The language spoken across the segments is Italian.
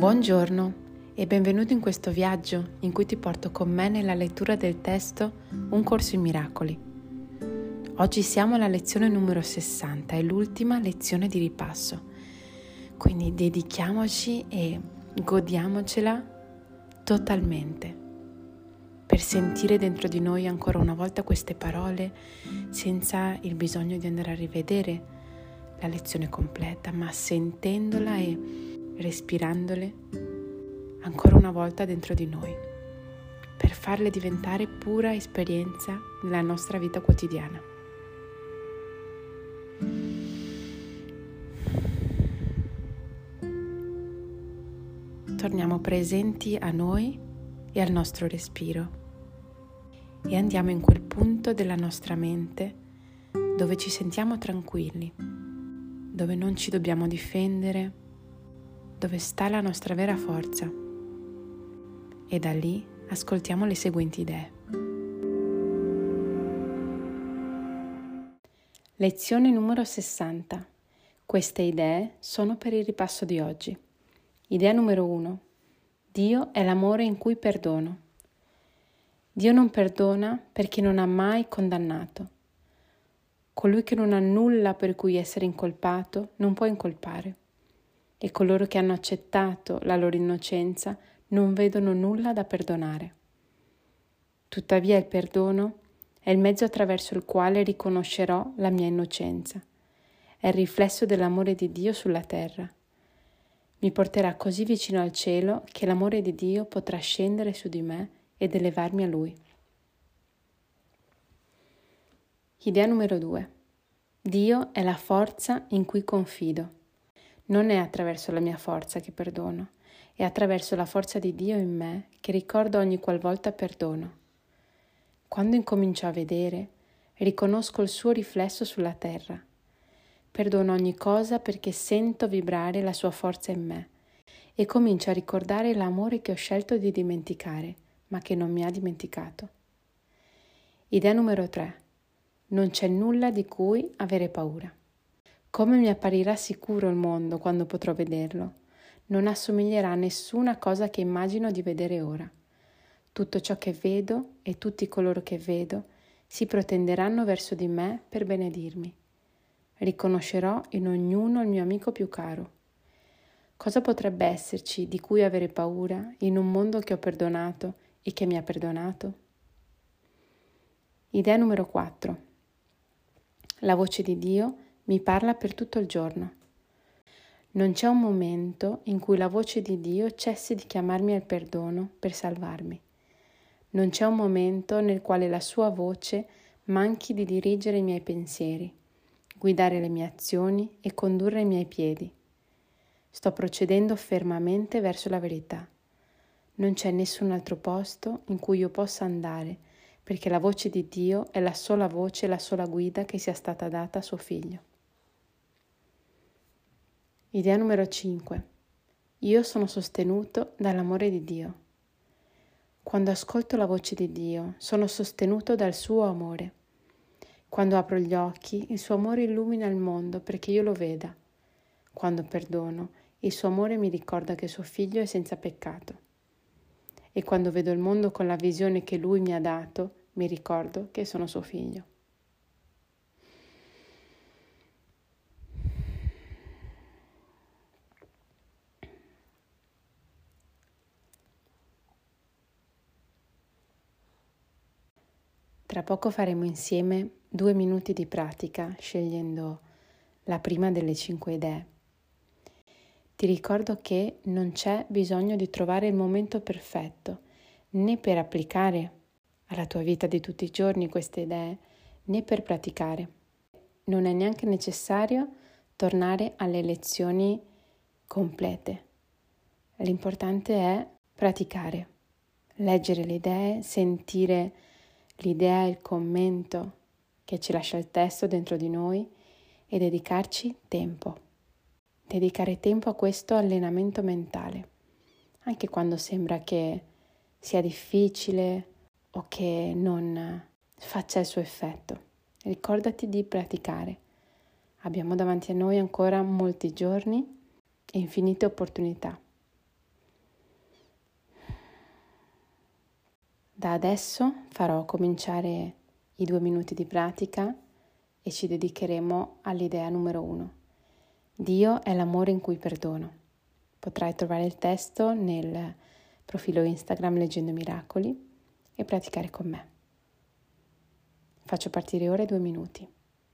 Buongiorno e benvenuto in questo viaggio in cui ti porto con me nella lettura del testo Un corso in miracoli. Oggi siamo alla lezione numero 60, è l'ultima lezione di ripasso, quindi dedichiamoci e godiamocela totalmente per sentire dentro di noi ancora una volta queste parole senza il bisogno di andare a rivedere la lezione completa, ma sentendola e respirandole ancora una volta dentro di noi, per farle diventare pura esperienza nella nostra vita quotidiana. Torniamo presenti a noi e al nostro respiro e andiamo in quel punto della nostra mente dove ci sentiamo tranquilli, dove non ci dobbiamo difendere, dove sta la nostra vera forza, e da lì ascoltiamo le seguenti idee. Lezione numero 60. Queste idee sono per il ripasso di oggi. Idea numero 1. Dio è l'amore in cui perdono. Dio non perdona perché non ha mai condannato. Colui che non ha nulla per cui essere incolpato non può incolpare. E coloro che hanno accettato la loro innocenza non vedono nulla da perdonare. Tuttavia il perdono è il mezzo attraverso il quale riconoscerò la mia innocenza. È il riflesso dell'amore di Dio sulla terra. Mi porterà così vicino al cielo che l'amore di Dio potrà scendere su di me ed elevarmi a Lui. Idea numero 2. Dio è la forza in cui confido. Non è attraverso la mia forza che perdono, è attraverso la forza di Dio in me che ricordo ogni qualvolta perdono. Quando incomincio a vedere, riconosco il suo riflesso sulla terra. Perdono ogni cosa perché sento vibrare la sua forza in me e comincio a ricordare l'amore che ho scelto di dimenticare, ma che non mi ha dimenticato. Idea numero 3. Non c'è nulla di cui avere paura. Come mi apparirà sicuro il mondo quando potrò vederlo? Non assomiglierà a nessuna cosa che immagino di vedere ora. Tutto ciò che vedo e tutti coloro che vedo si protenderanno verso di me per benedirmi. Riconoscerò in ognuno il mio amico più caro. Cosa potrebbe esserci di cui avere paura in un mondo che ho perdonato e che mi ha perdonato? Idea numero 4. La voce di Dio mi parla per tutto il giorno. Non c'è un momento in cui la voce di Dio cessi di chiamarmi al perdono per salvarmi. Non c'è un momento nel quale la sua voce manchi di dirigere i miei pensieri, guidare le mie azioni e condurre i miei piedi. Sto procedendo fermamente verso la verità. Non c'è nessun altro posto in cui io possa andare, perché la voce di Dio è la sola voce e la sola guida che sia stata data a suo figlio. Idea numero 5. Io sono sostenuto dall'amore di Dio. Quando ascolto la voce di Dio, sono sostenuto dal suo amore. Quando apro gli occhi, il suo amore illumina il mondo perché io lo veda. Quando perdono, il suo amore mi ricorda che suo figlio è senza peccato. E quando vedo il mondo con la visione che lui mi ha dato, mi ricordo che sono suo figlio. Tra poco faremo insieme 2 minuti di pratica scegliendo la prima delle 5 idee. Ti ricordo che non c'è bisogno di trovare il momento perfetto, né per applicare alla tua vita di tutti i giorni queste idee, né per praticare. Non è neanche necessario tornare alle lezioni complete. L'importante è praticare, leggere le idee, sentire l'idea e il commento che ci lascia il testo dentro di noi e dedicarci tempo. Dedicare tempo a questo allenamento mentale, anche quando sembra che sia difficile o che non faccia il suo effetto. Ricordati di praticare. Abbiamo davanti a noi ancora molti giorni e infinite opportunità. Da adesso farò cominciare i 2 minuti di pratica e ci dedicheremo all'idea numero 1. Dio è l'amore in cui perdono. Potrai trovare il testo nel profilo Instagram Leggendo Miracoli e praticare con me. Faccio partire ora i 2 minuti.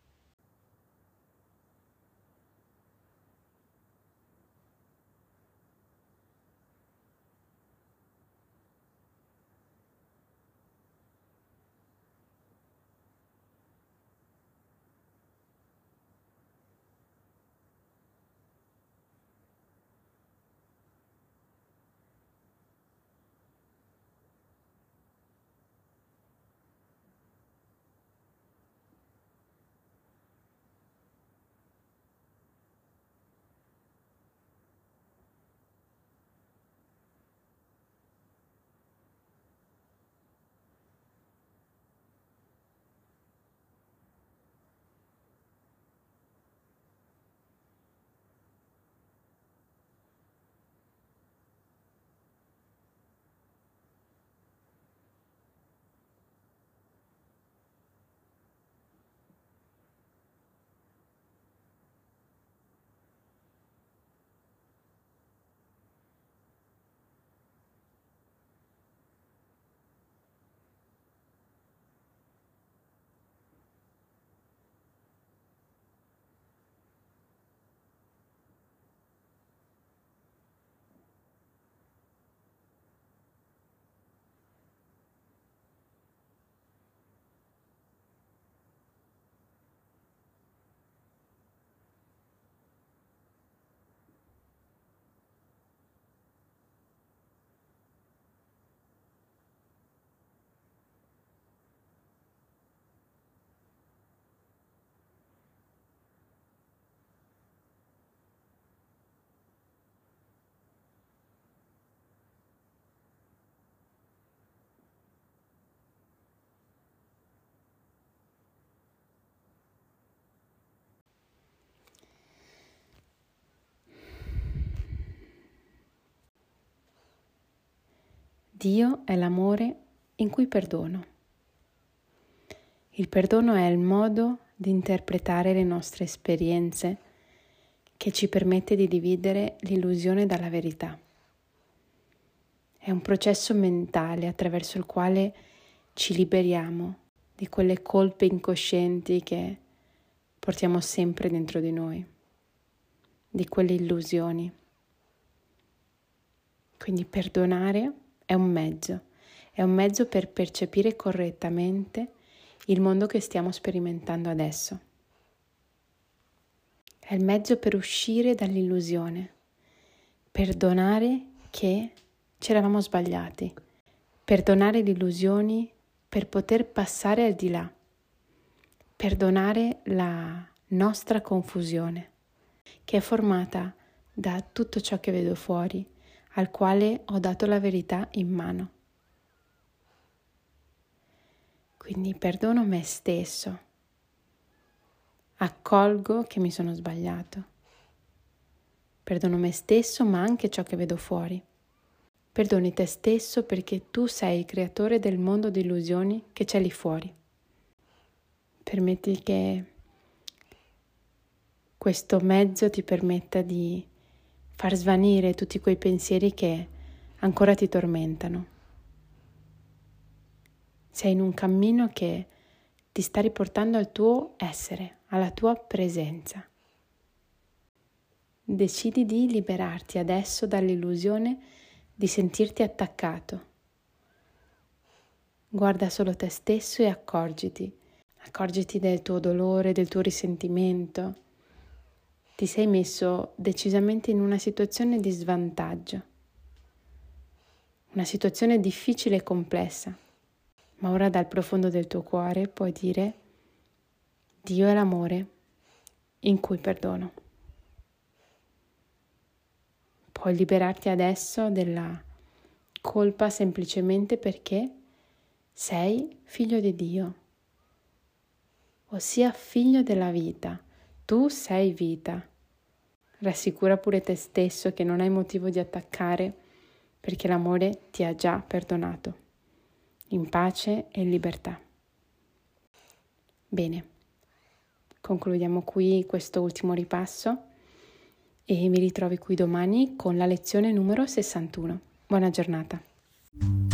Dio è l'amore in cui perdono. Il perdono è il modo di interpretare le nostre esperienze che ci permette di dividere l'illusione dalla verità. È un processo mentale attraverso il quale ci liberiamo di quelle colpe incoscienti che portiamo sempre dentro di noi, di quelle illusioni. Quindi perdonare è un mezzo per percepire correttamente il mondo che stiamo sperimentando adesso. È il mezzo per uscire dall'illusione, perdonare che ci eravamo sbagliati, perdonare le illusioni per poter passare al di là, perdonare la nostra confusione, che è formata da tutto ciò che vedo fuori, al quale ho dato la verità in mano. Quindi perdono me stesso, accolgo che mi sono sbagliato, perdono me stesso ma anche ciò che vedo fuori. Perdoni te stesso perché tu sei il creatore del mondo di illusioni che c'è lì fuori. Permetti che questo mezzo ti permetta di far svanire tutti quei pensieri che ancora ti tormentano. Sei in un cammino che ti sta riportando al tuo essere, alla tua presenza. Decidi di liberarti adesso dall'illusione di sentirti attaccato. Guarda solo te stesso e accorgiti del tuo dolore, del tuo risentimento. Ti sei messo decisamente in una situazione di svantaggio, una situazione difficile e complessa, ma ora dal profondo del tuo cuore puoi dire: Dio è l'amore in cui perdono. Puoi liberarti adesso della colpa semplicemente perché sei figlio di Dio, ossia figlio della vita. Tu sei vita. Rassicura pure te stesso che non hai motivo di attaccare perché l'amore ti ha già perdonato. in pace e in libertà. Bene, concludiamo qui questo ultimo ripasso e mi ritrovi qui domani con la lezione numero 61. Buona giornata.